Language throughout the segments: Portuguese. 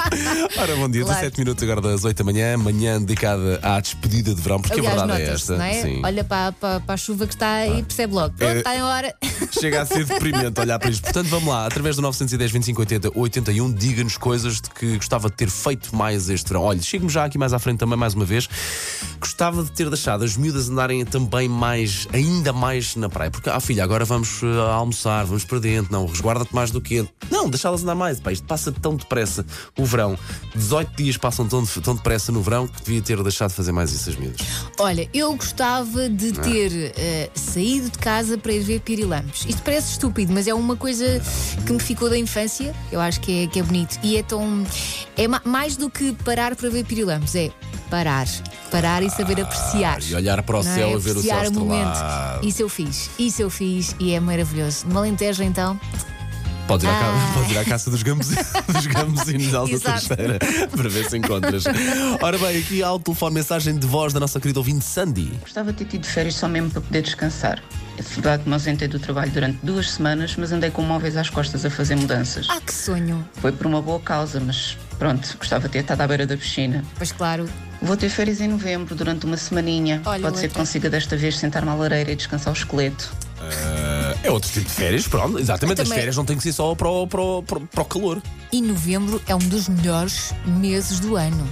Ora, bom dia, Claro. 17 minutos agora das 8 da manhã, manhã dedicada à despedida de verão, porque Aliás, a verdade é nota-se, esta. não é? Sim. Olha para a chuva que está aí e percebe logo. Pronto, está em hora. Chega a ser deprimente olhar para isto. Portanto, vamos lá, através do 910 25 80 81, diga-nos coisas de que gostava de ter feito mais este verão. Olha, chego-me já aqui mais à frente também, mais uma vez. Gostava de ter deixado as miúdas andarem também ainda mais na praia. Porque, filha, agora vamos almoçar, vamos para dentro. Não, resguarda-te mais do que. Não, deixá-las andar mais. Pá, isto passa tão depressa o verão. 18 dias passam tão depressa no verão que devia ter deixado de fazer mais isso as miúdas. Olha, eu gostava de ter saído de casa para ir ver Pirilampos. Isto parece estúpido, mas é uma coisa que me ficou da infância. Eu acho que é bonito. E é tão. Mais do que parar para ver Pirilampos, é parar e saber apreciar. E olhar para o Não céu é? e ver o céu Apreciar o momento. estrelado. Isso eu fiz e é maravilhoso. No Alentejo, então. Pode ir à caça dos gambuzinos de Elsa Exato. Teixeira para ver se encontras. Ora bem, aqui há o telefone, mensagem de voz da nossa querida ouvinte Sandy. Gostava de ter tido férias só mesmo para poder descansar. É verdade que me ausentei do trabalho durante 2 semanas, mas andei com móveis às costas a fazer mudanças. Ah, que sonho! Foi por uma boa causa, mas pronto, gostava de ter estado à beira da piscina. Pois claro. Vou ter férias em novembro, durante uma semaninha. Olha, Pode ser que outra. consiga desta vez sentar-me à lareira e descansar o esqueleto. É outro tipo de férias, pronto. Exatamente, Eu as também. férias não têm que ser só para o calor. E novembro é um dos melhores meses do ano.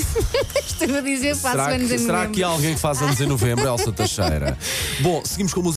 Estou a dizer, faço anos em novembro. Será que há alguém que faz anos em novembro, Elsa Teixeira? Bom, seguimos com a música.